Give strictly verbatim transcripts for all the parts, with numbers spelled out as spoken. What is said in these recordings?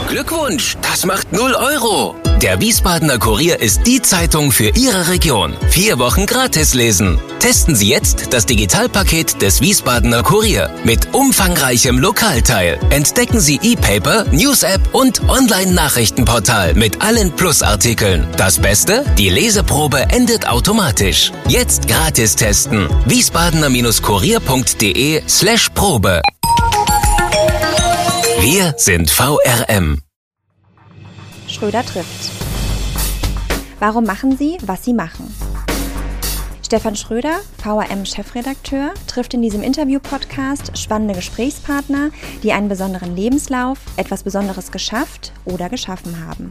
Glückwunsch, das macht null Euro. Der Wiesbadener Kurier ist die Zeitung für Ihre Region. Vier Wochen gratis lesen. Testen Sie jetzt das Digitalpaket des Wiesbadener Kurier mit umfangreichem Lokalteil. Entdecken Sie E-Paper, News-App und Online-Nachrichtenportal mit allen Plus-Artikeln. Das Beste? Die Leseprobe endet automatisch. Jetzt gratis testen. wiesbadener-kurier.de slash Probe. Wir sind V R M. Schröder trifft. Warum machen Sie, was Sie machen? Stefan Schröder, V R M-Chefredakteur, trifft in diesem Interview-Podcast spannende Gesprächspartner, die einen besonderen Lebenslauf, etwas Besonderes geschafft oder geschaffen haben.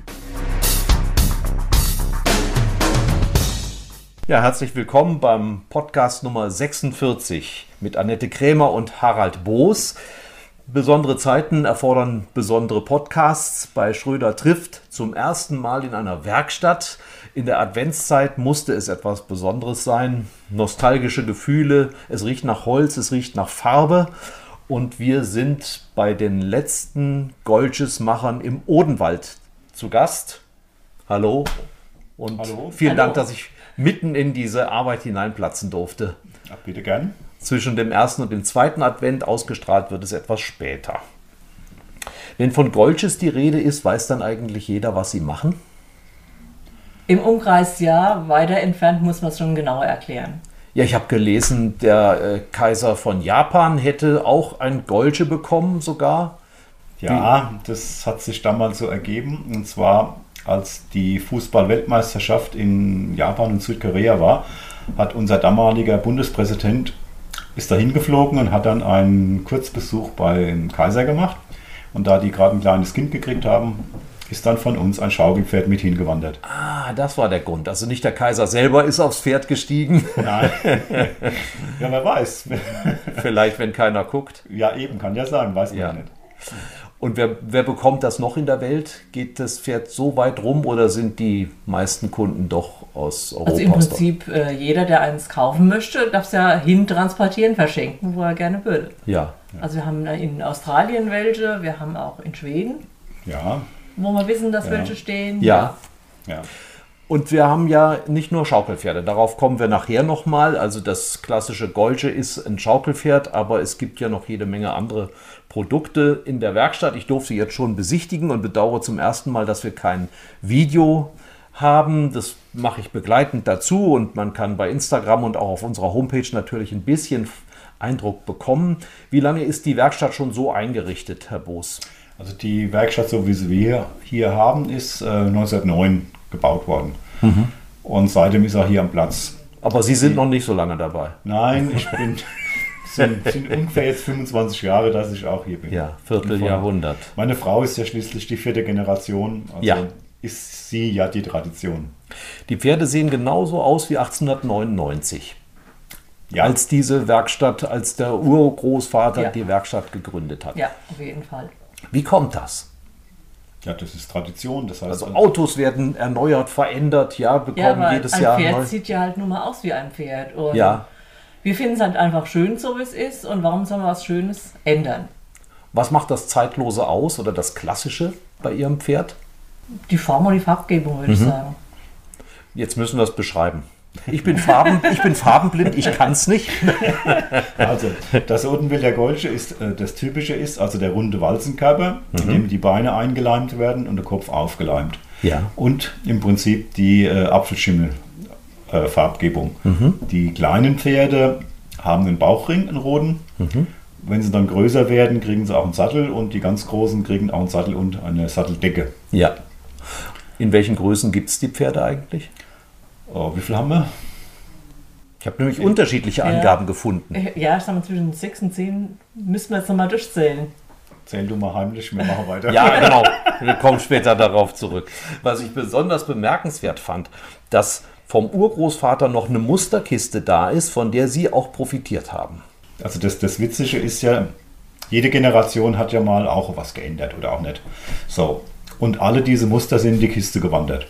Ja, herzlich willkommen beim Podcast Nummer sechsundvierzig mit Annette Krämer und Harald Boos. Besondere Zeiten erfordern besondere Podcasts. Bei Schröder trifft zum ersten Mal in einer Werkstatt. In der Adventszeit musste es etwas Besonderes sein. Nostalgische Gefühle, es riecht nach Holz, es riecht nach Farbe. Und wir sind bei den letzten Goldsches-Machern im Odenwald zu Gast. Hallo und Hallo. vielen Hallo. Dank, dass ich mitten in diese Arbeit hineinplatzen durfte. Ja, bitte gern. Zwischen dem ersten und dem zweiten Advent, ausgestrahlt wird es etwas später. Wenn von Goldsches die Rede ist, weiß dann eigentlich jeder, was sie machen? Im Umkreis ja, weiter entfernt muss man es schon genauer erklären. Ja, ich habe gelesen, der äh, Kaiser von Japan hätte auch ein Goldsche bekommen sogar. Ja, das hat sich damals so ergeben. Und zwar, als die Fußball-Weltmeisterschaft in Japan und Südkorea war, hat unser damaliger Bundespräsident ist dahin geflogen und hat dann einen Kurzbesuch beim Kaiser gemacht. Und da die gerade ein kleines Kind gekriegt haben, ist dann von uns ein Schaukelpferd mit hingewandert. Ah, das war der Grund. Also nicht der Kaiser selber ist aufs Pferd gestiegen. Nein. Ja, wer weiß. Vielleicht, wenn keiner guckt. Ja, eben, kann ja sein, weiß man Ja. nicht. Und wer, wer bekommt das noch in der Welt? Geht das Pferd so weit rum oder sind die meisten Kunden doch aus Europa? Also im Prinzip äh, jeder, der eins kaufen möchte, darf es ja hintransportieren, verschenken, wo er gerne will. Ja. Also wir haben in Australien welche, wir haben auch in Schweden, Ja, wo wir wissen, dass Ja. welche stehen. Ja. ja. Und wir haben ja nicht nur Schaukelpferde, darauf kommen wir nachher nochmal. Also das klassische Goldsche ist ein Schaukelpferd, aber es gibt ja noch jede Menge andere Produkte in der Werkstatt. Ich durfte sie jetzt schon besichtigen und bedauere zum ersten Mal, dass wir kein Video haben. Das mache ich begleitend dazu und man kann bei Instagram und auch auf unserer Homepage natürlich ein bisschen Eindruck bekommen. Wie lange ist die Werkstatt schon so eingerichtet, Herr Boos? Also die Werkstatt, so wie sie wir hier haben, ist äh, neunzehnhundertneun gebaut worden. Mhm. Und seitdem ist er hier am Platz. Aber Sie sind noch nicht so lange dabei. Nein, ich bin sind, sind ungefähr jetzt fünfundzwanzig Jahre, dass ich auch hier bin. Ja, Vierteljahrhundert. Meine Frau ist ja schließlich die vierte Generation, also Ja. ist sie ja die Tradition. Die Pferde sehen genauso aus wie achtzehnhundertneunundneunzig. Ja, Als diese Werkstatt, als der Urgroßvater Ja. die Werkstatt gegründet hat. Ja, auf jeden Fall. Wie kommt das? ja, das ist Tradition. Das heißt, Also Autos werden erneuert, verändert, ja, Ja, bekommen aber jedes ein Jahr Pferd neu. sieht ja halt nur mal aus wie ein Pferd. Und Ja. wir finden es halt einfach schön, so wie es ist. Und warum soll man was Schönes ändern? Was macht das Zeitlose aus oder das Klassische bei Ihrem Pferd? Die Form und die Farbgebung, würde ich sagen. Jetzt müssen wir es beschreiben. Ich bin, Farben, ich bin farbenblind, ich kann es nicht. Also, das Odenwälder Goldsche ist, äh, das Typische ist, also der runde Walzenkörper, in dem die Beine eingeleimt werden und der Kopf aufgeleimt. Ja. Und im Prinzip die äh, Apfelschimmel-Farbgebung. Die kleinen Pferde haben einen Bauchring, einen roten. Wenn sie dann größer werden, kriegen sie auch einen Sattel und die ganz großen kriegen auch einen Sattel und eine Satteldecke. Ja. In welchen Größen gibt es die Pferde eigentlich? Oh, wie viel haben wir? Ich habe nämlich unterschiedliche Angaben gefunden. Ja, ich sag mal, zwischen sechs und zehn müssten wir jetzt nochmal durchzählen. Zähl du mal heimlich, wir machen weiter. Ja, genau. Wir kommen später darauf zurück. Was ich besonders bemerkenswert fand, dass vom Urgroßvater noch eine Musterkiste da ist, von der Sie auch profitiert haben. Also das, das Witzige ist ja, jede Generation hat ja mal auch was geändert oder auch nicht. So, und alle diese Muster sind in die Kiste gewandert.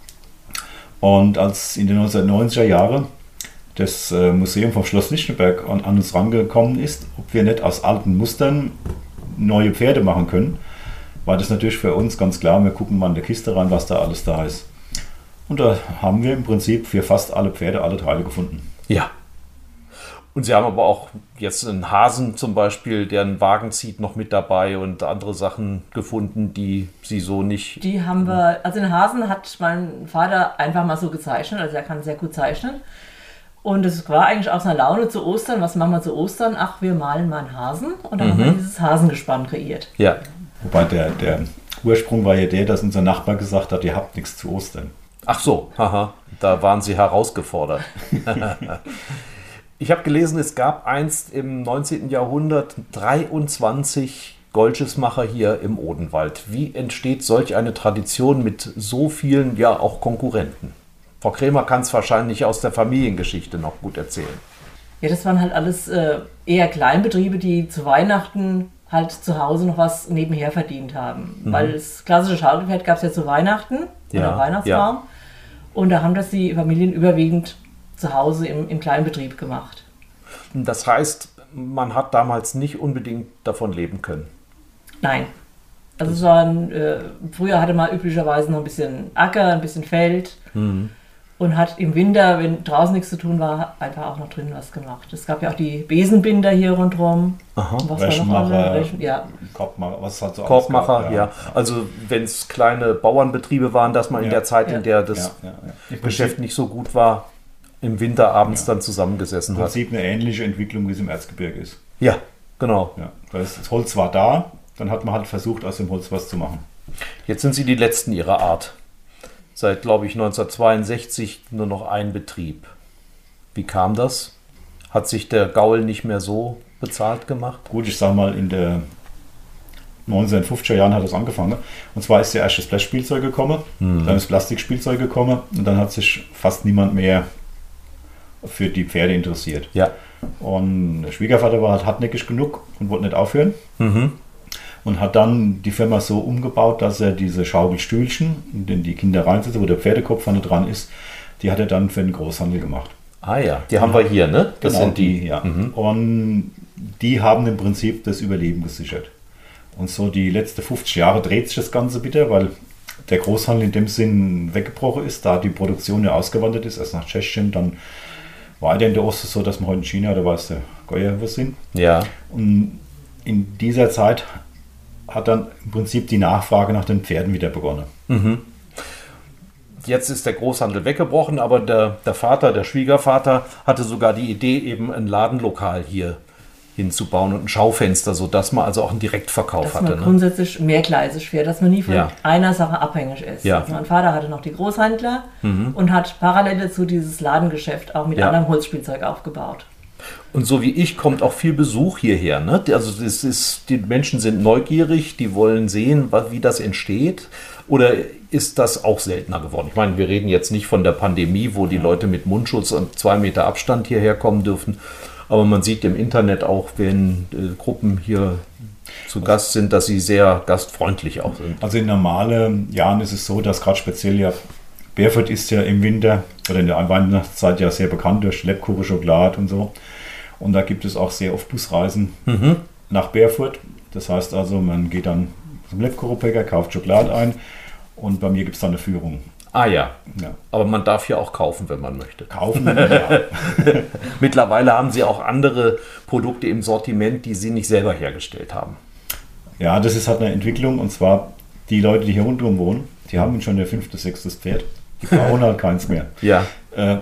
Und als in den neunzehnhundertneunziger Jahren das äh, Museum vom Schloss Lichtenberg an, an uns rangekommen ist, ob wir nicht aus alten Mustern neue Pferde machen können, war das natürlich für uns ganz klar, wir gucken mal in der Kiste rein, was da alles da ist. Und da haben wir im Prinzip für fast alle Pferde alle Teile gefunden. Ja. Und Sie haben aber auch jetzt einen Hasen zum Beispiel, der einen Wagen zieht, noch mit dabei und andere Sachen gefunden, die Sie so nicht... Die haben wir, also den Hasen hat mein Vater einfach mal so gezeichnet, also er kann sehr gut zeichnen. Und es war eigentlich aus einer Laune zu Ostern, was machen wir zu Ostern? Ach, wir malen mal einen Hasen und dann mhm. haben wir dieses Hasengespann kreiert. Ja. Wobei der, der Ursprung war ja der, dass unser Nachbar gesagt hat, ihr habt nichts zu Ostern. Ach so, haha, da waren Sie herausgefordert. Ich habe gelesen, es gab einst im neunzehnten Jahrhundert dreiundzwanzig Goldschissmacher hier im Odenwald. Wie entsteht solch eine Tradition mit so vielen, ja auch Konkurrenten? Frau Krämer kann es wahrscheinlich aus der Familiengeschichte noch gut erzählen. Ja, das waren halt alles äh, eher Kleinbetriebe, die zu Weihnachten halt zu Hause noch was nebenher verdient haben. Mhm. Weil das klassische Schaukelpferd gab es ja zu Weihnachten, ja, oder Weihnachtsbaum. Ja. Und da haben das die Familien überwiegend zu Hause im, im Kleinbetrieb gemacht. Das heißt, man hat damals nicht unbedingt davon leben können? Nein. Also es waren, äh, früher hatte man üblicherweise noch ein bisschen Acker, ein bisschen Feld mhm. und hat im Winter, wenn draußen nichts zu tun war, einfach auch noch drinnen was gemacht. Es gab ja auch die Besenbinder hier rundherum. Aha. Was Wäschemacher, ja. Korbmacher, was hat so Korbmacher, gab, ja. ja. Also wenn es kleine Bauernbetriebe waren, dass man ja. in der Zeit, ja. in der das ja, ja, ja. Geschäft nicht so gut war, im Winter abends ja. dann zusammengesessen hat. Im Prinzip eine ähnliche Entwicklung, wie es im Erzgebirge ist. Ja, genau. Ja. Das Holz war da, dann hat man halt versucht, aus dem Holz was zu machen. Jetzt sind Sie die Letzten Ihrer Art. Seit, glaube ich, neunzehnhundertzweiundsechzig nur noch ein Betrieb. Wie kam das? Hat sich der Gaul nicht mehr so bezahlt gemacht? Gut, ich sage mal, in den neunzehnhundertfünfziger Jahren hat das angefangen. Und zwar ist ja erst das Blechspielzeug gekommen, mhm. dann ist Plastikspielzeug gekommen und dann hat sich fast niemand mehr für die Pferde interessiert. Ja. Und der Schwiegervater war halt hartnäckig genug und wollte nicht aufhören. Mhm. Und hat dann die Firma so umgebaut, dass er diese Schaukelstühlchen, in denen die Kinder reinsitzen, wo der Pferdekopf vorne dran ist, die hat er dann für den Großhandel gemacht. Ah ja, die haben wir hier, ne? Das genau, sind die, ja. Mhm. Und die haben im Prinzip das Überleben gesichert. Und so die letzten fünfzig Jahre dreht sich das Ganze wieder, weil der Großhandel in dem Sinn weggebrochen ist, da die Produktion ja ausgewandert ist, erst nach Tschechien, dann weiter in der Osten, so dass wir heute in China, da weiß der Geuer, wo wir sind. Ja. Und in dieser Zeit hat dann im Prinzip die Nachfrage nach den Pferden wieder begonnen. Mhm. Jetzt ist der Großhandel weggebrochen, aber der, der Vater, der Schwiegervater, hatte sogar die Idee, eben ein Ladenlokal hier hinzubauen und ein Schaufenster, sodass man also auch einen Direktverkauf dass hatte. Dass man ne? grundsätzlich mehrgleisig wäre, dass man nie von ja. einer Sache abhängig ist. Ja. Also mein Vater hatte noch die Großhändler mhm. und hat parallel dazu dieses Ladengeschäft auch mit ja. anderem Holzspielzeug aufgebaut. Und so wie ich kommt auch viel Besuch hierher. Ne? Also es ist, die Menschen sind neugierig, die wollen sehen, wie das entsteht. Oder ist das auch seltener geworden? Ich meine, wir reden jetzt nicht von der Pandemie, wo die Leute mit Mundschutz und zwei Meter Abstand hierher kommen dürfen. Aber man sieht im Internet auch, wenn äh, Gruppen hier zu Gast sind, dass sie sehr gastfreundlich auch sind. Also in normalen Jahren ist es so, dass gerade speziell ja Baerfurt ist ja im Winter oder in der Weihnachtszeit ja sehr bekannt durch Lebkuchen, Schokolade und so. Und da gibt es auch sehr oft Busreisen mhm. nach Baerfurt. Das heißt also, man geht dann zum Lebkuchenbäcker, kauft Schokolade ein und bei mir gibt es dann eine Führung. Ah ja. ja, aber man darf ja auch kaufen, wenn man möchte. Kaufen, ja. Mittlerweile haben Sie auch andere Produkte im Sortiment, die Sie nicht selber hergestellt haben. Ja, das ist halt eine Entwicklung und zwar die Leute, die hier rundherum wohnen, die haben schon ihr fünftes, sechstes Pferd. Die brauchen halt keins mehr. Ja. Äh,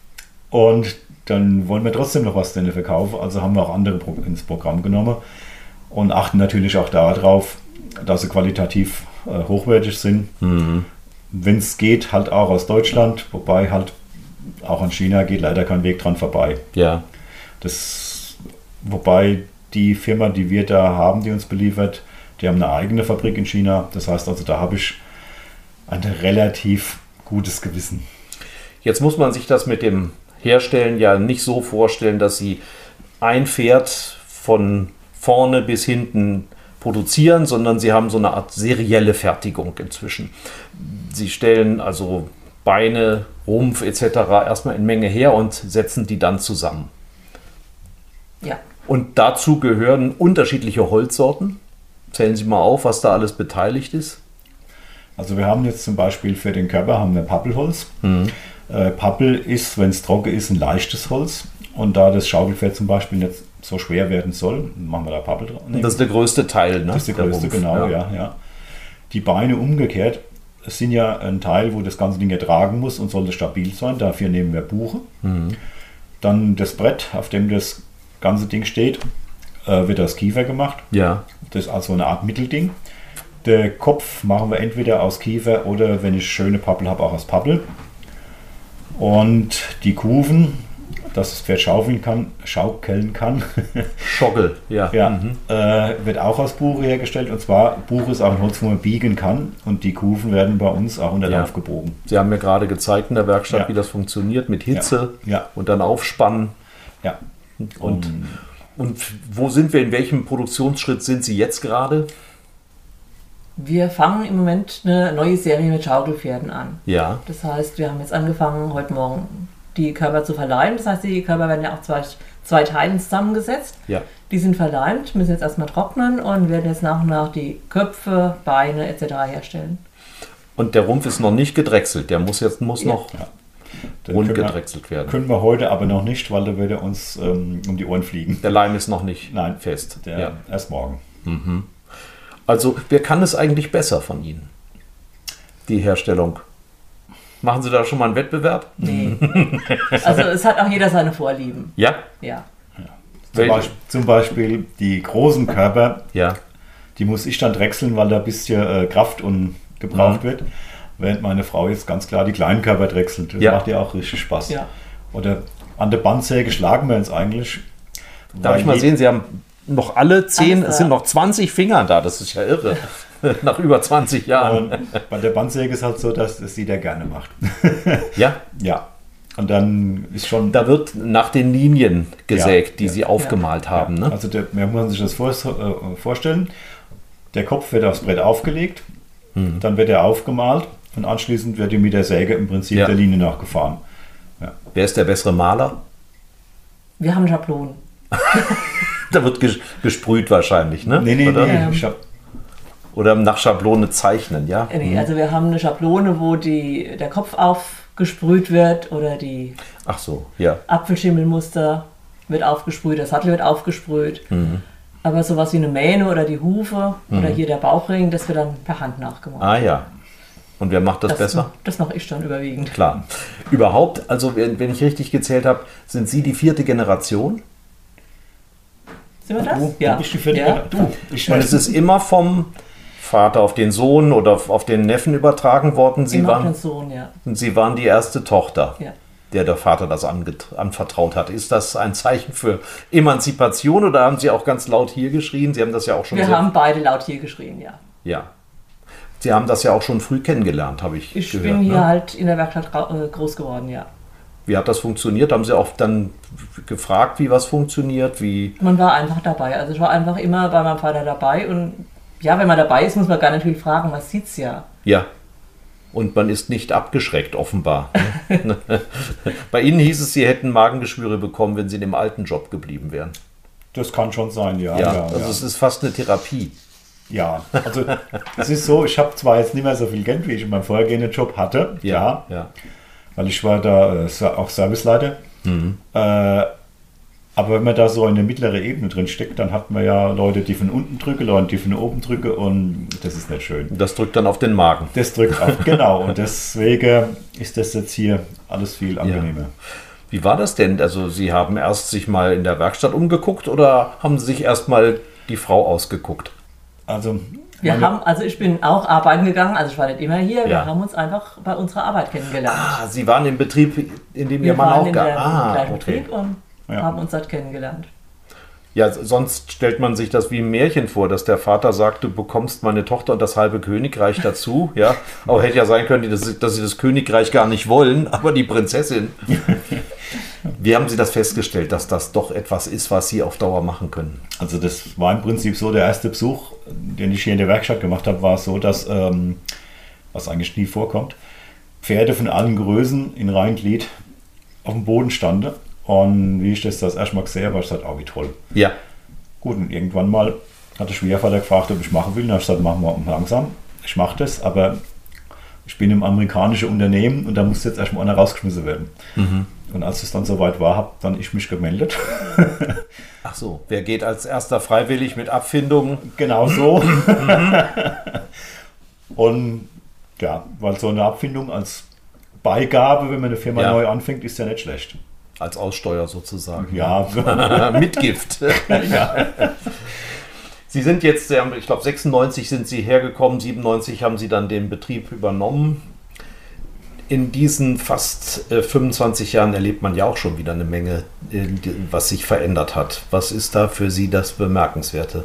und dann wollen wir trotzdem noch was denen verkaufen, also haben wir auch andere ins Programm genommen und achten natürlich auch darauf, dass sie qualitativ äh, hochwertig sind. Mhm. Wenn es geht, halt auch aus Deutschland, wobei halt auch an China geht leider kein Weg dran vorbei. Ja. Das, wobei die Firma, die wir da haben, die uns beliefert, die haben eine eigene Fabrik in China. Das heißt also, da habe ich ein relativ gutes Gewissen. Jetzt muss man sich das mit dem Herstellen ja nicht so vorstellen, dass Sie ein Pferd von vorne bis hinten produzieren, sondern Sie haben so eine Art serielle Fertigung inzwischen. Sie stellen also Beine, Rumpf et cetera erstmal in Menge her und setzen die dann zusammen. Ja. Und dazu gehören unterschiedliche Holzsorten. Zählen Sie mal auf, was da alles beteiligt ist. Also wir haben jetzt zum Beispiel für den Körper haben wir Pappelholz. Mhm. Äh, Pappel ist, wenn es trocken ist, ein leichtes Holz. Und da das Schaukelpferd zum Beispiel nicht so schwer werden soll, machen wir da Pappel dran. Das ist der größte Teil, ne? Das ist der, der größte, Rumpf, genau, ja. ja, ja. Die Beine umgekehrt, es sind ja ein Teil, wo das ganze Ding ertragen muss und sollte stabil sein. Dafür nehmen wir Buche. Mhm. Dann das Brett, auf dem das ganze Ding steht, äh, wird aus Kiefer gemacht. Ja. Das ist also eine Art Mittelding. Der Kopf machen wir entweder aus Kiefer oder, wenn ich schöne Pappel habe, auch aus Pappel. Und die Kufen, dass das Pferd schaukeln kann, schaukeln kann. Schockel, ja. ja mhm. äh, wird auch aus Buche hergestellt. Und zwar, Buche ist auch ein Holz, wo man biegen kann. Und die Kufen werden bei uns auch unter ja. Lauf gebogen. Sie haben mir gerade gezeigt in der Werkstatt, ja. wie das funktioniert mit Hitze ja. Ja. und dann aufspannen. Ja. Und, und, und wo sind wir, in welchem Produktionsschritt sind Sie jetzt gerade? Wir fangen im Moment eine neue Serie mit Schaukelpferden an. Ja. Das heißt, wir haben jetzt angefangen, heute Morgen die Körper zu verleimen. Das heißt, die Körper werden ja auch zwei, zwei Teilen zusammengesetzt. Ja. Die sind verleimt, müssen jetzt erstmal trocknen und werden jetzt nach und nach die Köpfe, Beine et cetera herstellen. Und der Rumpf ist noch nicht gedrechselt, der muss jetzt muss ja. noch ja. rund gedrechselt werden. Können wir heute aber noch nicht, weil da würde uns ähm, um die Ohren fliegen. Der Leim ist noch nicht Nein, fest. Der ja. erst morgen. Mhm. Also, wer kann es eigentlich besser von Ihnen? Die Herstellung. Machen Sie da schon mal einen Wettbewerb? Nee. Also es hat auch jeder seine Vorlieben. Ja? Ja. ja. Zum, Beispiel, zum Beispiel die großen Körper, ja. die muss ich dann drechseln, weil da ein bisschen äh, Kraft und gebraucht mhm. wird. Während meine Frau jetzt ganz klar die kleinen Körper drechselt. Das ja. macht ihr auch richtig Spaß. Ja. Oder an der Bandsäge schlagen wir uns eigentlich. Darf ich mal sehen, Sie haben noch alle zehn, es sind noch zwanzig Finger da, das ist ja irre. Nach über zwanzig Jahren. Und bei der Bandsäge ist halt so, dass es sie der gerne macht. Ja? Ja. Und dann ist schon... Da wird nach den Linien gesägt, ja, die ja, Sie aufgemalt ja, haben. Ja. Ne? Also der, man muss sich das vor, äh, vorstellen. Der Kopf wird aufs Brett aufgelegt, mhm. dann wird er aufgemalt und anschließend wird ihm mit der Säge im Prinzip ja. der Linie nachgefahren. Ja. Wer ist der bessere Maler? Wir haben Schablonen. Da wird ges- gesprüht wahrscheinlich, ne? Nee, nee, Oder? nee. Ähm. Ich hab Oder nach Schablone zeichnen, ja? Nee, also wir haben eine Schablone, wo die, der Kopf aufgesprüht wird oder die Ach so, ja. Apfelschimmelmuster wird aufgesprüht, das Sattel wird aufgesprüht. Mhm. Aber sowas wie eine Mähne oder die Hufe mhm. oder hier der Bauchring, das wird dann per Hand nachgemacht. Ah ja. Und wer macht das, das besser? Das mache ich dann überwiegend. Klar. Überhaupt, also wenn, wenn ich richtig gezählt habe, sind Sie die vierte Generation? Sind wir das? Du, ja. du bist die vierte ja. Du, ich Und es ist immer vom Vater auf den Sohn oder auf den Neffen übertragen worden. Sie Immer auf waren, den Sohn, ja. und Sie waren die erste Tochter, Ja. der der Vater das anget- anvertraut hat. Ist das ein Zeichen für Emanzipation oder haben Sie auch ganz laut hier geschrien? Sie haben das ja auch schon Wir sehr, haben beide laut hier geschrien, ja. ja. Sie haben das ja auch schon früh kennengelernt, habe ich, Ich gehört. bin hier ne? halt in der Werkstatt ra- äh, groß geworden, ja. Wie hat das funktioniert? Haben Sie auch dann gefragt, wie was funktioniert? Wie? Man war einfach dabei. Also ich war einfach immer bei meinem Vater dabei und ja, wenn man dabei ist, muss man gar nicht viel fragen, man sieht's ja. Ja. Und man ist nicht abgeschreckt, offenbar. Bei Ihnen hieß es, Sie hätten Magengeschwüre bekommen, wenn Sie in dem alten Job geblieben wären. Das kann schon sein, ja. Ja, ja, also ja. es ist fast eine Therapie. Ja, also es ist so, ich habe zwar jetzt nicht mehr so viel Geld, wie ich in meinem vorhergehenden Job hatte, ja, ja. weil ich war da äh, auch Serviceleiter. Mhm. Äh, aber wenn man da so in der mittleren Ebene drin steckt, dann hat man ja Leute, die von unten drücken, Leute, die von oben drücken und das ist nicht schön. Das drückt dann auf den Magen. Das drückt auf, genau. Und deswegen ist das jetzt hier alles viel angenehmer. Ja. Wie war das denn? Also Sie haben erst sich mal in der Werkstatt umgeguckt oder haben Sie sich erst mal die Frau ausgeguckt? Also, Wir meine, haben, also ich bin auch arbeiten gegangen, also ich war nicht immer hier, wir Ja. haben uns einfach bei unserer Arbeit kennengelernt. Ah, Sie waren im Betrieb, in dem wir Ihr Mann waren auch in gar. der Ah, gleichen okay. Betrieb und Ja. haben uns dort kennengelernt. Ja, sonst stellt man sich das wie ein Märchen vor, dass der Vater sagt, du bekommst meine Tochter und das halbe Königreich dazu. Ja, aber hätte ja sein können, dass, dass sie das Königreich gar nicht wollen, aber die Prinzessin. Wie haben Sie das festgestellt, dass das doch etwas ist, was Sie auf Dauer machen können? Also das war im Prinzip so, der erste Besuch, den ich hier in der Werkstatt gemacht habe, war so, dass, ähm, was eigentlich nie vorkommt, Pferde von allen Größen in Reinglied auf dem Boden standen. Und wie ich das das erste Mal gesehen habe, habe ich gesagt, oh wie toll. Ja. Gut, und irgendwann mal hat der Schwiegervater gefragt, ob ich machen will. Und habe ich gesagt, machen wir langsam. Ich mache das, aber ich bin im amerikanischen Unternehmen und da muss jetzt erstmal einer rausgeschmissen werden. Mhm. Und als es dann soweit war, habe dann ich mich gemeldet. Ach so, wer geht als erster freiwillig mit Abfindungen? Genau so. Und ja, weil so eine Abfindung als Beigabe, wenn man eine Firma ja. neu anfängt, ist ja nicht schlecht. Als Aussteuer sozusagen. Ja. Mitgift. Ja. Sie sind jetzt, ich glaube sechsundneunzig sind Sie hergekommen, siebenundneunzig haben Sie dann den Betrieb übernommen. In diesen fast äh, fünfundzwanzig Jahren erlebt man ja auch schon wieder eine Menge, äh, was sich verändert hat. Was ist da für Sie das Bemerkenswerte?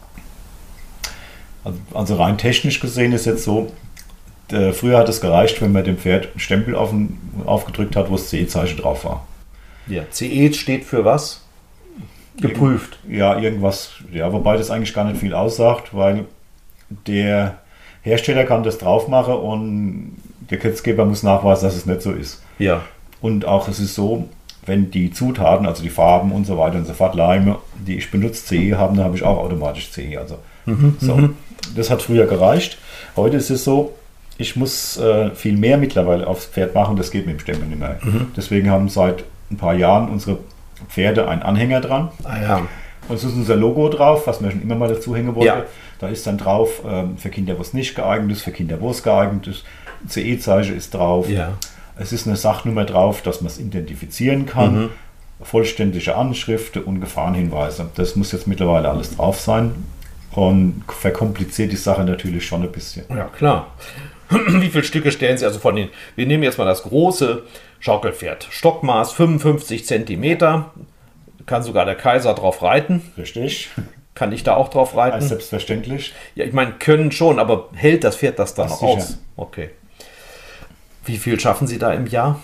Also rein technisch gesehen ist jetzt so, äh, früher hat es gereicht, wenn man dem Pferd einen Stempel auf den, aufgedrückt hat, wo das C E-Zeichen drauf war. Ja, C E steht für was? Geprüft. Irgend, ja, irgendwas, ja, wobei das eigentlich gar nicht viel aussagt, weil der Hersteller kann das drauf machen und der Gesetzgeber muss nachweisen, dass es nicht so ist. Ja. Und auch es ist so, wenn die Zutaten, also die Farben und so weiter und so fort, Leime, die ich benutze, C E haben, dann habe ich auch automatisch C E. Also, mhm, so. Das hat früher gereicht. Heute ist es so, ich muss äh, viel mehr mittlerweile aufs Pferd machen, das geht mit dem Stempel nicht mehr. Mhm. Deswegen haben seit ein paar Jahren unsere Pferde einen Anhänger dran. Ah, ja. Und es ist unser Logo drauf, was wir schon immer mal dazu hängen wollten. Ja. Da ist dann drauf, ähm, für Kinder, wo es nicht geeignet ist, für Kinder, wo es geeignet ist. C E-Zeichen ist drauf. Ja. Es ist eine Sachnummer drauf, dass man es identifizieren kann. Mhm. Vollständige Anschriften und Gefahrenhinweise. Das muss jetzt mittlerweile alles drauf sein. Und verkompliziert die Sache natürlich schon ein bisschen. Ja, klar. Wie viele Stücke stellen Sie also von den... Wir nehmen jetzt mal das große Schaukelpferd. Stockmaß fünfundfünfzig Zentimeter. Kann sogar der Kaiser drauf reiten. Richtig. Kann ich da auch drauf reiten? Also selbstverständlich. Ja, ich meine, können schon, aber hält das Pferd das dann das noch sicher. aus? Okay. Wie viel schaffen Sie da im Jahr?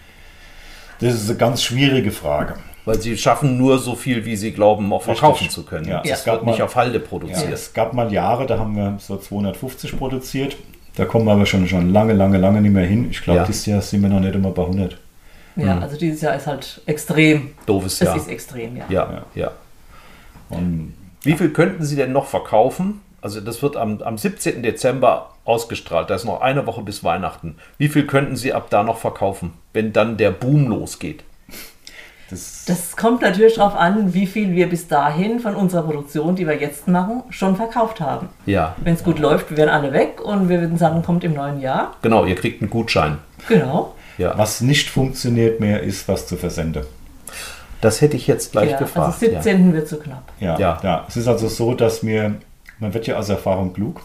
Das ist eine ganz schwierige Frage. Weil Sie schaffen nur so viel, wie Sie glauben, auch verkaufen Richtig. zu können. Ja, Es es gab wird nicht mal- auf Halde produziert. Ja, es gab mal Jahre, da haben wir so zweihundertfünfzig produziert. Da kommen wir aber schon, schon lange, lange, lange nicht mehr hin. Ich glaube, Ja. dieses Jahr sind wir noch nicht immer bei hundert. Ja, Mhm. also dieses Jahr ist halt extrem. Doofes Es Jahr. ist extrem, ja. Ja, ja. Ja. Und Wie viel könnten Sie denn noch verkaufen? Also das wird am, am siebzehnten Dezember ausgestrahlt. Da ist noch eine Woche bis Weihnachten. Wie viel könnten Sie ab da noch verkaufen, wenn dann der Boom losgeht? das, Das kommt natürlich darauf an, wie viel wir bis dahin von unserer Produktion, die wir jetzt machen, schon verkauft haben. Ja, Wenn es gut läuft, wären alle weg und wir würden sagen, kommt im neuen Jahr. genau. Ihr kriegt einen Gutschein. Genau. Ja, was nicht funktioniert mehr, ist was zu versenden. das hätte ich jetzt gleich Ja, gefragt. also siebzehnten wird zu knapp. Ja, Ja. ja. Es ist also so, dass wir, man wird ja aus Erfahrung klug.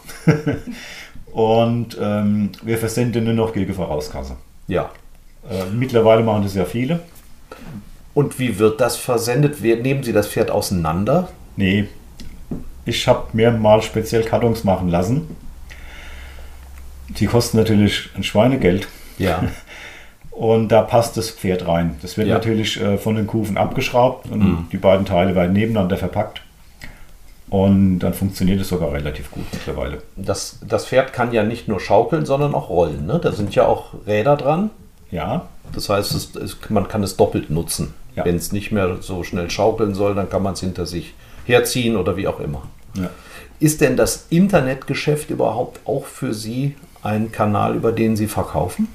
Und ähm, wir versenden nur noch gegen Vorauskasse. Ja. Äh, mittlerweile machen das ja viele. Und wie wird das versendet? Wie- Nehmen Sie das Pferd auseinander? Nee, ich habe mir mal speziell Kartons machen lassen. Die kosten natürlich ein Schweinegeld. Ja. Und da passt das Pferd rein. Das wird Ja. natürlich äh, von den Kufen abgeschraubt und Mhm. die beiden Teile werden nebeneinander verpackt. Und dann funktioniert es sogar relativ gut mittlerweile. Das, das Pferd kann ja nicht nur schaukeln, sondern auch rollen. Ne? Da sind ja auch Räder dran. Ja, Das heißt, es, es, man kann es doppelt nutzen. Ja. Wenn es nicht mehr so schnell schaukeln soll, dann kann man es hinter sich herziehen oder wie auch immer. ja. Ist denn das Internetgeschäft überhaupt auch für Sie ein Kanal, über den Sie verkaufen?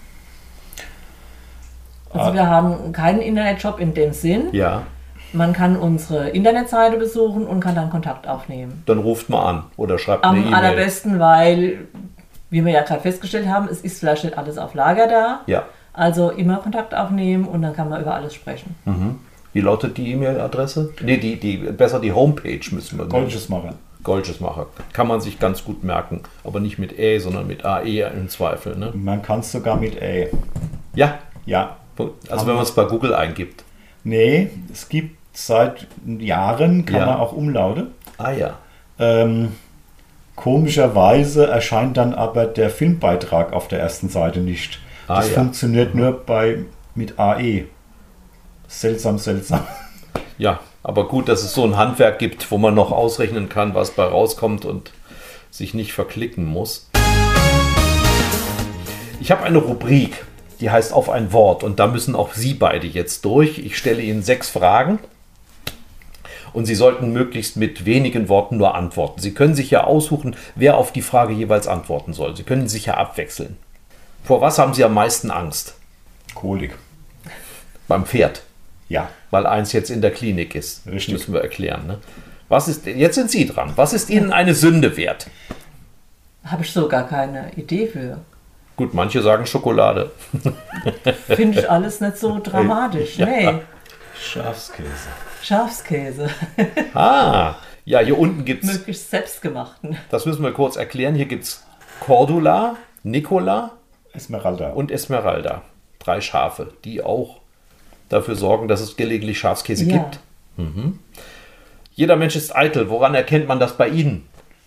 Also wir haben keinen Internetshop in dem Sinn. Ja. Man kann unsere Internetseite besuchen und kann dann Kontakt aufnehmen. Dann ruft mal an oder schreibt eine Am E-Mail. allerbesten, weil, wie wir ja gerade festgestellt haben, es ist vielleicht nicht alles auf Lager da. Ja. Also immer Kontakt aufnehmen und dann kann man über alles sprechen. Wie lautet die E-Mail-Adresse? Nee, die, die, besser die Homepage müssen wir. Goldsches machen. Goldsches-Macher. Kann man sich ganz gut merken. Aber nicht mit Ä, sondern mit A E im Zweifel. Ne? Man kann es sogar mit Ä. Ja. Ja. Also wenn man es bei Google eingibt. Nee, es gibt seit Jahren, kann Ja. man auch Umlaute. Ah ja. Ähm, komischerweise erscheint dann aber der Filmbeitrag auf der ersten Seite nicht. Ah, Das ja. funktioniert nur bei mit A E. Seltsam, seltsam. Ja, aber gut, dass es so ein Handwerk gibt, wo man noch ausrechnen kann, was bei rauskommt und sich nicht verklicken muss. Ich habe eine Rubrik, die heißt Auf ein Wort und da müssen auch Sie beide jetzt durch. Ich stelle Ihnen sechs Fragen Und Sie sollten möglichst mit wenigen Worten nur antworten. Sie können sich ja aussuchen, wer auf die Frage jeweils antworten soll. Sie können sich ja abwechseln. Vor was haben Sie am meisten Angst? Kolik. Beim Pferd. Ja. Weil eins jetzt in der Klinik ist. Richtig. Müssen wir erklären. Ne? Was ist, jetzt sind Sie dran. Was ist Ihnen eine Sünde wert? Habe ich so gar keine Idee für. Gut, manche sagen Schokolade. Finde ich alles nicht so dramatisch. Ja. Nee, Schafskäse. Schafskäse. Ah, ja, hier unten gibt es, Möglichst selbstgemachten. das müssen wir kurz erklären, hier gibt es Cordula, Nicola Esmeralda. und Esmeralda. Drei Schafe, die auch dafür sorgen, dass es gelegentlich Schafskäse Ja. gibt. Mhm. Jeder Mensch ist eitel. Woran erkennt man das bei Ihnen?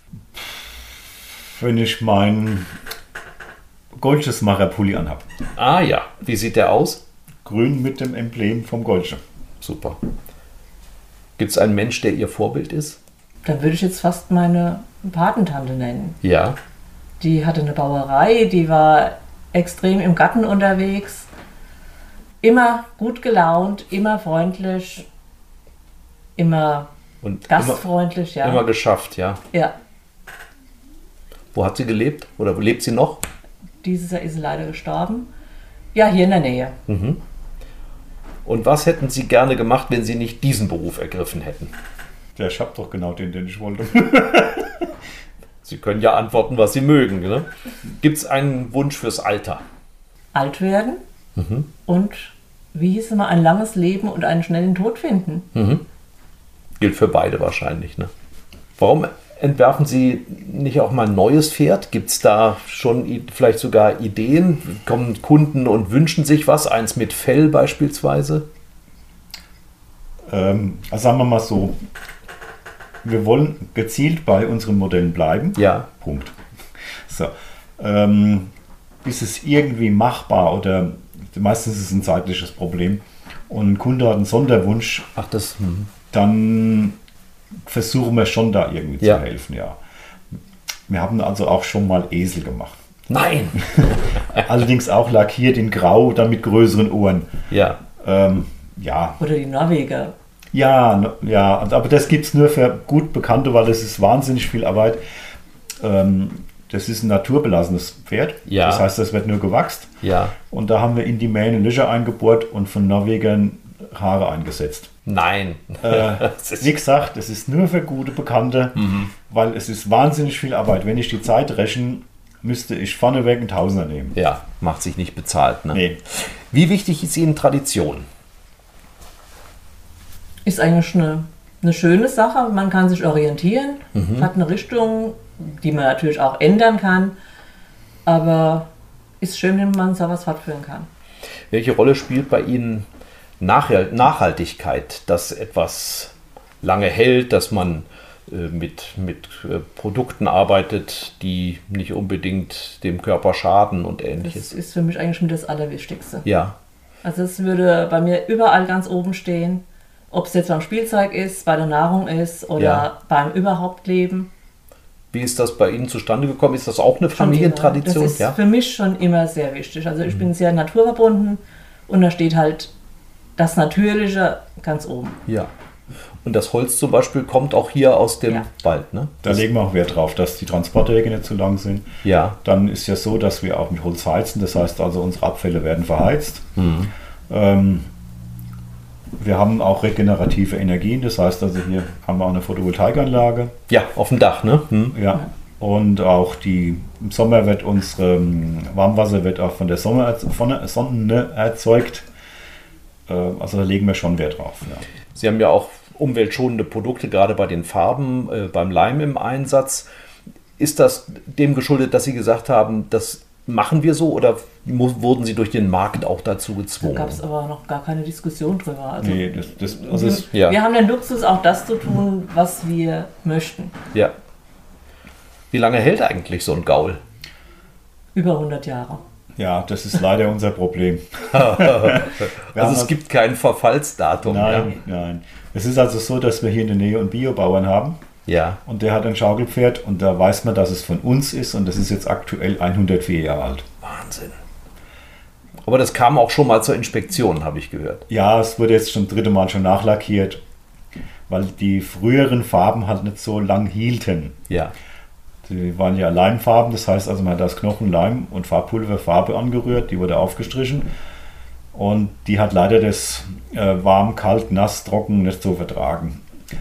Wenn ich mein Goldsches Marapulli anhab. Ah ja, wie sieht der aus? Grün mit dem Emblem vom Goldsche. Super. Gibt es einen Mensch, der Ihr Vorbild ist? Dann würde ich jetzt fast meine Patentante nennen. Ja. Die hatte eine Bauerei, die war extrem im Garten unterwegs. Immer gut gelaunt, immer freundlich, immer Und gastfreundlich, immer, ja. immer geschafft, ja. Ja, Wo hat sie gelebt? Oder lebt sie noch? dieses Jahr ist sie leider gestorben. Ja, hier in der Nähe. Und was hätten Sie gerne gemacht, wenn Sie nicht diesen Beruf ergriffen hätten? Ja, ich hab doch genau den, den ich wollte. Sie können ja antworten, was Sie mögen. Ne? Gibt es einen Wunsch fürs Alter? Alt werden und, wie hieß es mal, ein langes Leben und einen schnellen Tod finden. Gilt für beide wahrscheinlich. Ne? Warum entwerfen Sie nicht auch mal ein neues Pferd? Gibt es da schon i- vielleicht sogar Ideen? Kommen Kunden und wünschen sich was? Eins mit Fell beispielsweise? ähm, also sagen wir mal so, wir wollen gezielt bei unseren Modellen bleiben. Ja. Punkt. So. Ähm, ist es irgendwie machbar oder meistens ist es ein zeitliches Problem und ein Kunde hat einen Sonderwunsch, Ach, das. Hm. dann versuchen wir schon da irgendwie Ja. zu helfen, ja. Wir haben also auch schon mal Esel gemacht. Nein! Allerdings auch lackiert in Grau, dann mit größeren Ohren. Ja. Ähm, ja, Oder die Norweger. ja, ne- ja, aber das gibt es nur für gut Bekannte, weil das ist wahnsinnig viel Arbeit. Ähm, das ist ein naturbelassenes Pferd. Ja. Das heißt, das wird nur gewachst. Ja. Und da haben wir in die Mähne Löcher eingebohrt und von Norwegern Haare eingesetzt. Nein. Äh, Das ist- wie gesagt, es ist nur für gute Bekannte, weil es ist wahnsinnig viel Arbeit. Wenn ich die Zeit rechne, müsste ich vorneweg einen Tausender nehmen. Ja, macht sich nicht bezahlt. Ne? Nee. Wie wichtig ist Ihnen Tradition? Ist eigentlich eine, eine schöne Sache. Man kann sich orientieren, hat eine Richtung, die man natürlich auch ändern kann. Aber ist schön, wenn man sowas fortführen kann. Welche Rolle spielt bei Ihnen Nachhal- Nachhaltigkeit, dass etwas lange hält, dass man äh, mit, mit äh, Produkten arbeitet, die nicht unbedingt dem Körper schaden und Das ähnliches? ist für mich eigentlich mit das Allerwichtigste. Ja, Also es würde bei mir überall ganz oben stehen, ob es jetzt beim Spielzeug ist, bei der Nahrung ist oder Ja. beim überhaupt Leben. wie ist das bei Ihnen zustande gekommen? Ist das auch eine Schon Familientradition? immer. Das ist Ja? für mich schon immer sehr wichtig. Also ich bin sehr naturverbunden und da steht halt das Natürliche ganz oben. Ja. Und das Holz zum Beispiel kommt auch hier aus dem Ja. Wald, ne? Da legen wir auch Wert drauf, dass die Transportwege nicht zu lang sind. Ja. Dann ist ja so, dass wir auch mit Holz heizen. Das heißt also, unsere Abfälle werden verheizt. Ähm, wir haben auch regenerative Energien. Das heißt also, hier haben wir auch eine Photovoltaikanlage. Ja, auf dem Dach, ne? Hm. Ja. Und auch die, im Sommer wird unsere ähm, Warmwasser wird auch von der Sonne, von der Sonne erzeugt. Äh, also da legen wir schon Wert drauf. Ja. Sie haben ja auch umweltschonende Produkte, gerade bei den Farben, äh, beim Leim im Einsatz. Ist das dem geschuldet, dass Sie gesagt haben, das machen wir so oder mu- wurden Sie durch den Markt auch dazu Da gezwungen? gab es aber noch gar keine Diskussion drüber. Also Nee, das, das, also es, Ja. wir haben den Luxus, auch das zu tun, was wir möchten. Ja. Wie lange hält eigentlich so ein Gaul? Über hundert Jahre. ja, das ist leider unser Problem. Wir Also haben es gibt kein Verfallsdatum. Nein, nein. Es ist also so, dass wir hier in der Nähe einen Biobauern haben Ja. und der hat ein Schaukelpferd und da weiß man, dass es von uns ist und das ist jetzt aktuell hundertvier Jahre alt. Ja, Wahnsinn. Aber das kam auch schon mal zur Inspektion, habe ich gehört. Ja, es wurde jetzt schon das dritte Mal schon nachlackiert. weil die früheren Farben halt nicht so lang hielten. Ja. Die waren ja Leimfarben, das heißt also man hat das Knochen, Leim und Farbpulver, Farbe angerührt, die wurde aufgestrichen und die hat leider das äh, warm, kalt, nass, trocken nicht so vertragen.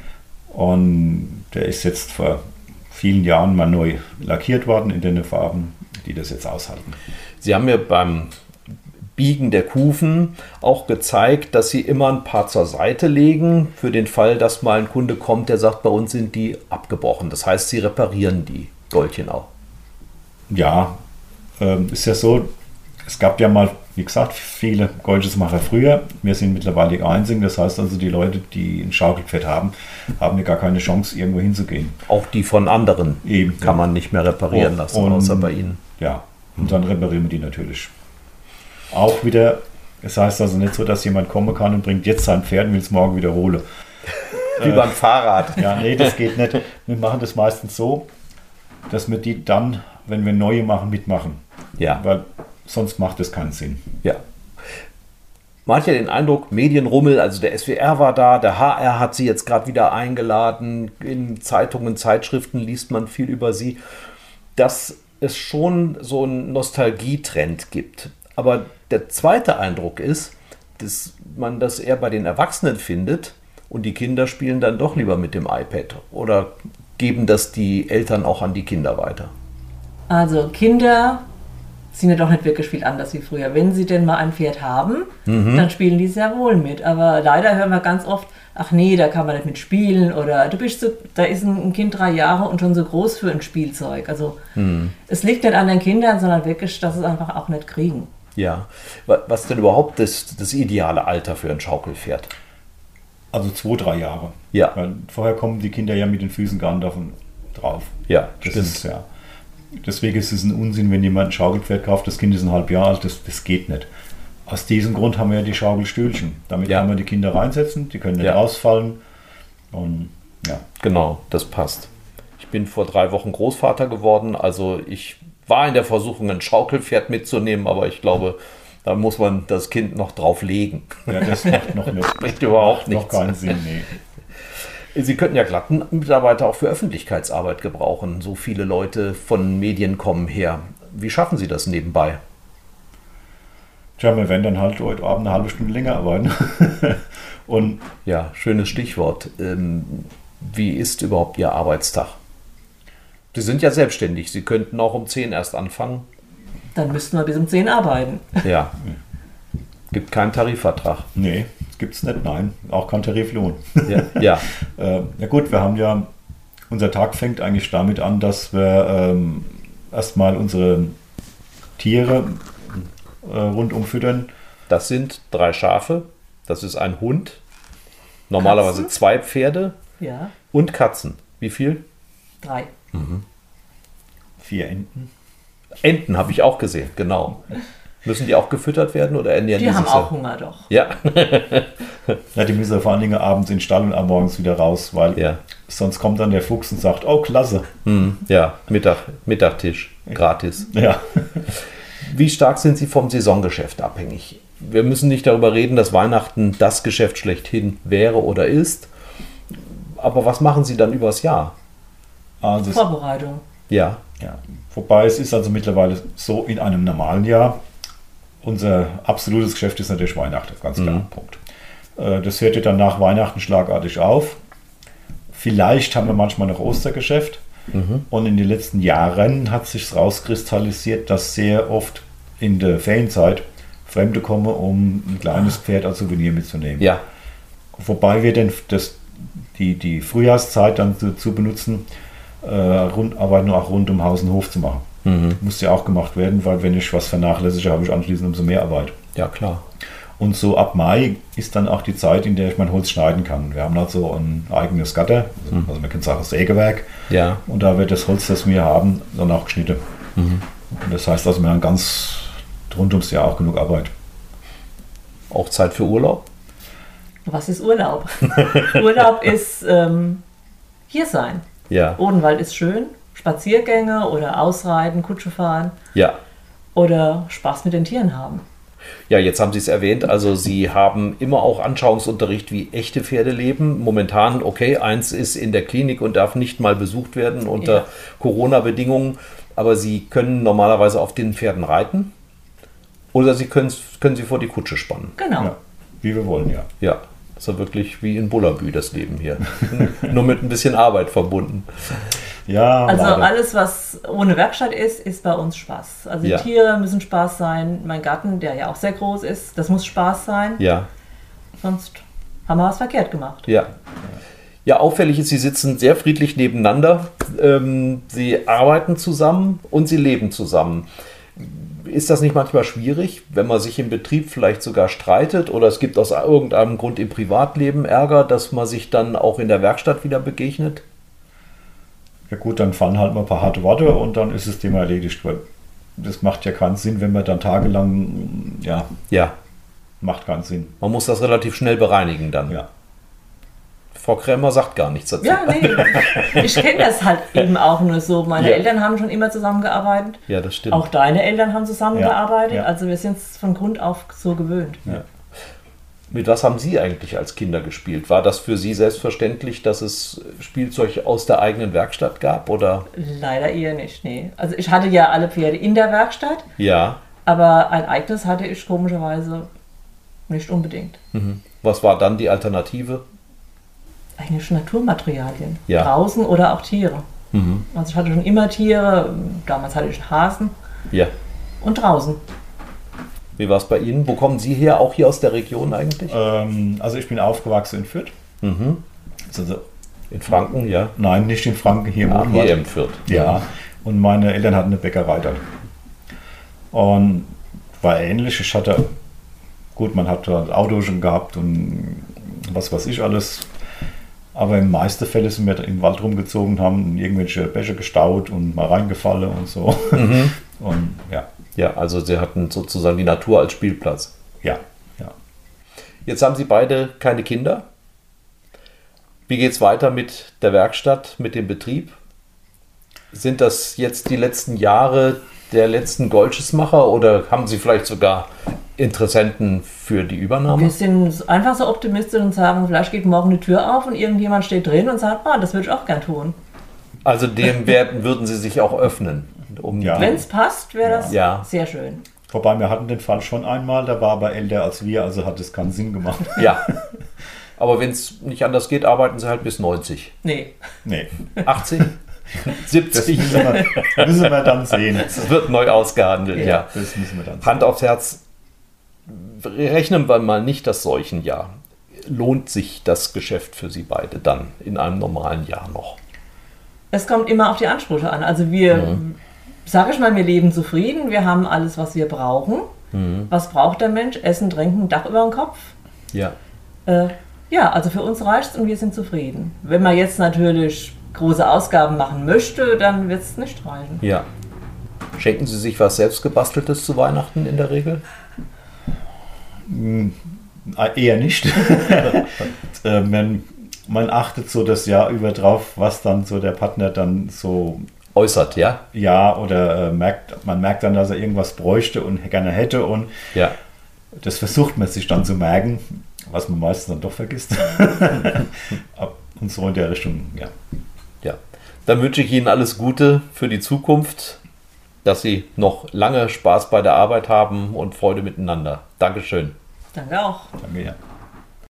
Und der ist jetzt vor vielen Jahren mal neu lackiert worden in den Farben, die das jetzt aushalten. Sie haben mir beim Biegen der Kufen auch gezeigt, dass Sie immer ein paar zur Seite legen, für den Fall, dass mal ein Kunde kommt, der sagt, bei uns sind die abgebrochen. Das heißt, Sie reparieren die Goldchen auch. Ja, ähm, ist ja so, es gab ja mal, wie gesagt, viele Goldschmuckmacher früher. Wir sind mittlerweile die Einzigen, das heißt also, die Leute, die ein Schaukelpferd haben, haben ja gar keine Chance, irgendwo hinzugehen. Auch die von anderen Eben, kann ja. man nicht mehr reparieren lassen, Und, außer bei Ihnen. Ja, und dann reparieren wir die natürlich. Auch wieder, es heißt also nicht so, dass jemand kommen kann und bringt jetzt sein Pferd und will es morgen wiederholen. Wie äh, beim Fahrrad. Ja, nee, das geht nicht. Wir machen das meistens so, dass wir die dann, wenn wir neue machen, mitmachen. Ja. Weil sonst macht das keinen Sinn. Ja. Man hat ja den Eindruck, Medienrummel, also der S W R war da, der H R hat Sie jetzt gerade wieder eingeladen, in Zeitungen, Zeitschriften liest man viel über Sie, dass es schon so einen Nostalgietrend gibt. Aber der zweite Eindruck ist, dass man das eher bei den Erwachsenen findet und die Kinder spielen dann doch lieber mit dem iPad oder geben das die Eltern auch an die Kinder weiter. Also Kinder sind ja doch nicht wirklich viel anders wie früher. Wenn sie denn mal ein Pferd haben, mhm. dann spielen die sehr wohl mit. Aber leider hören wir ganz oft, ach nee, da kann man nicht mit spielen oder du bist so, da ist ein Kind drei Jahre und schon so groß für ein Spielzeug. Also mhm. es liegt nicht an den Kindern, sondern wirklich, dass sie es einfach auch nicht kriegen. Ja, was denn überhaupt das, das ideale Alter für ein Schaukelpferd? Also zwei, drei Jahre. Ja. Weil vorher kommen die Kinder ja mit den Füßen gar nicht davon drauf. Ja, das stimmt. Ist, ja. Deswegen ist es ein Unsinn, wenn jemand ein Schaukelpferd kauft, das Kind ist ein halb Jahr alt, das, das geht nicht. Aus diesem Grund haben wir ja die Schaukelstühlchen. Damit ja. kann man die Kinder reinsetzen, die können nicht ja. rausfallen. Und ja. Genau, das passt. Ich bin vor drei Wochen Großvater geworden, also ich war in der Versuchung, ein Schaukelpferd mitzunehmen, aber ich glaube, da muss man das Kind noch drauf legen. Ja, das macht noch nicht. Macht überhaupt noch nichts. keinen Sinn, nee. Sie könnten ja glatt einen Mitarbeiter auch für Öffentlichkeitsarbeit gebrauchen. So viele Leute von Medien kommen her. Wie schaffen Sie das nebenbei? Tja, wir werden dann halt heute Abend eine halbe Stunde länger arbeiten. Und ja, schönes Stichwort. Wie ist überhaupt Ihr Arbeitstag? Sie sind ja selbstständig. Sie könnten auch um zehn erst anfangen. Dann müssten wir bis um zehn arbeiten. Ja. Gibt keinen Tarifvertrag. Nee, gibt es nicht, nein. Auch kein Tariflohn. Ja. Ja. äh, ja gut, wir haben ja, unser Tag fängt eigentlich damit an, dass wir ähm, erstmal unsere Tiere äh, rundum füttern. Das sind drei Schafe, das ist ein Hund, normalerweise Katzen? zwei Pferde Ja. und Katzen. Wie viel? Drei. Mhm. Vier Enten. Enten habe ich auch gesehen, genau. Müssen die auch gefüttert werden oder ernähren die die haben sich auch so? Hunger doch. Ja. Ja, die müssen vor allen Dingen abends in den Stall und morgens wieder raus, weil Ja. sonst kommt dann der Fuchs und sagt, oh klasse. Hm, ja, Mittag, Mittagtisch, gratis. Ja. Wie stark sind Sie vom Saisongeschäft abhängig? Wir müssen nicht darüber reden, dass Weihnachten das Geschäft schlechthin wäre oder ist. Aber was machen Sie dann übers Jahr? Also es, Vorbereitung. Ja. ja. Wobei es ist also mittlerweile so in einem normalen Jahr, unser absolutes Geschäft ist natürlich Weihnachten, ganz klar, Mhm. Punkt. Äh, Das hört ja dann nach Weihnachten schlagartig auf. Vielleicht haben wir manchmal noch Ostergeschäft. Mhm. Und in den letzten Jahren hat sich rauskristallisiert, dass sehr oft in der Ferienzeit Fremde kommen, um ein kleines Pferd als Souvenir mitzunehmen. Ja. Wobei wir denn das, die, die Frühjahrszeit dann dazu benutzen, äh, rund, aber nur auch rund um Haus und Hof zu machen. Mhm. Muss ja auch gemacht werden, weil wenn ich was vernachlässige, habe ich anschließend umso mehr Arbeit. Ja, klar. Und so ab Mai ist dann auch die Zeit, in der ich mein Holz schneiden kann. Wir haben halt so ein eigenes Gatter, also, Mhm. also man kennt es auch als Sägewerk. Ja. Und da wird das Holz, das wir haben, dann auch geschnitten. Mhm. Und das heißt also, wir haben ganz rund ums Jahr auch genug Arbeit. Auch Zeit für Urlaub? Was ist Urlaub? Urlaub ist ähm, hier sein. Ja. Odenwald ist schön. Spaziergänge oder Ausreiten, Kutsche fahren Ja. oder Spaß mit den Tieren haben. Ja, jetzt haben Sie es erwähnt, also Sie haben immer auch Anschauungsunterricht, wie echte Pferde leben. Momentan, okay, eins ist in der Klinik und darf nicht mal besucht werden unter ja. Corona-Bedingungen, aber Sie können normalerweise auf den Pferden reiten oder Sie können, können sie vor die Kutsche spannen. Genau. Ja, wie wir wollen, ja. Ja, das ist ja wirklich wie in Bullabü das Leben hier. Nur mit ein bisschen Arbeit verbunden. Ja, also leider. alles, was ohne Werkstatt ist, ist bei uns Spaß. Also die Ja. Tiere müssen Spaß sein. Mein Garten, der ja auch sehr groß ist, das muss Spaß sein. Ja. Sonst haben wir was verkehrt gemacht. Ja. Ja, auffällig ist, Sie sitzen sehr friedlich nebeneinander. Ähm, Sie arbeiten zusammen und Sie leben zusammen. Ist das nicht manchmal schwierig, wenn man sich im Betrieb vielleicht sogar streitet oder es gibt aus irgendeinem Grund im Privatleben Ärger, dass man sich dann auch in der Werkstatt wieder begegnet? Ja gut, dann fallen halt mal ein paar harte Worte und dann ist das Thema erledigt. Weil das macht ja keinen Sinn, wenn man dann tagelang, ja, Ja, macht keinen Sinn. man muss das relativ schnell bereinigen dann. Ja. Frau Krämer sagt gar nichts dazu. Ja, nee, ich kenne das halt eben auch nur so. Meine Ja. Eltern haben schon immer zusammengearbeitet. Ja, das stimmt. Auch deine Eltern haben zusammengearbeitet. Ja, ja. Also wir sind es von Grund auf so gewöhnt. Ja. Mit was haben Sie eigentlich als Kinder gespielt? War das für Sie selbstverständlich, dass es Spielzeug aus der eigenen Werkstatt gab? Oder? Leider eher nicht, nee. Also ich hatte ja alle Pferde in der Werkstatt, Ja. aber ein eigenes hatte ich komischerweise nicht unbedingt. Mhm. Was war dann die Alternative? Eigentlich Naturmaterialien. Ja. Draußen oder auch Tiere. Mhm. Also ich hatte schon immer Tiere. Damals hatte ich einen Hasen. Ja. Und draußen. Wie war es bei Ihnen? Wo kommen Sie her? Auch hier aus der Region eigentlich? Ähm, also ich bin aufgewachsen in Fürth. Mhm. Also, In Franken, ja. nein, nicht in Franken, hier im Ah, Odenwald. hier im Fürth. Ja, und meine Eltern hatten eine Bäckerei dort. Und war ähnlich. Ich hatte, gut, man hat ein Auto schon gehabt und was weiß ich alles. Aber in den meisten Fällen sind wir im Wald rumgezogen, haben irgendwelche Bäche gestaut und mal reingefallen und so. Mhm. Und ja, Ja, also Sie hatten sozusagen die Natur als Spielplatz. ja, ja. Jetzt haben Sie beide keine Kinder. Wie geht es weiter mit der Werkstatt, mit dem Betrieb? Sind das jetzt die letzten Jahre der letzten Goldschussmacher oder haben Sie vielleicht sogar Interessenten für die Übernahme? Wir sind einfach so optimistisch und sagen, vielleicht geht morgen eine Tür auf und irgendjemand steht drin und sagt, ah, das würde ich auch gern tun. Also dem werden, würden Sie sich auch öffnen. Um Ja. Wenn es passt, wäre das Ja. sehr schön. Wobei wir hatten den Fall schon einmal, der war aber älter als wir, also hat es keinen Sinn gemacht. Ja. Aber wenn es nicht anders geht, arbeiten Sie halt bis neunzig. Nee. Nee, achtzig? das siebzig? müssen wir, müssen wir dann sehen. Das wird neu ausgehandelt, ja. Ja. Das müssen wir dann sehen. Hand aufs Herz, rechnen wir mal nicht das Seuchenjahr. Lohnt sich das Geschäft für Sie beide dann in einem normalen Jahr noch? Es kommt immer auf die Ansprüche an. Also wir, Mhm. sage ich mal, wir leben zufrieden, wir haben alles, was wir brauchen. Mhm. Was braucht der Mensch? Essen, Trinken, Dach über dem Kopf. Ja. Äh, ja, also für uns reicht es und wir sind zufrieden. Wenn man jetzt natürlich große Ausgaben machen möchte, dann wird es nicht reichen. Ja. Schenken Sie sich was Selbstgebasteltes zu Weihnachten in der Regel? Äh, Eher nicht. äh, man, man achtet so das Jahr über drauf, was dann so der Partner dann so, Äußert, ja? ja, oder äh, merkt, man merkt dann, dass er irgendwas bräuchte und gerne hätte und Ja. das versucht man sich dann zu merken, was man meistens dann doch vergisst. Und so in der Richtung, ja. Ja. Dann wünsche ich Ihnen alles Gute für die Zukunft, dass Sie noch lange Spaß bei der Arbeit haben und Freude miteinander. Dankeschön. Danke auch. Danke, ja.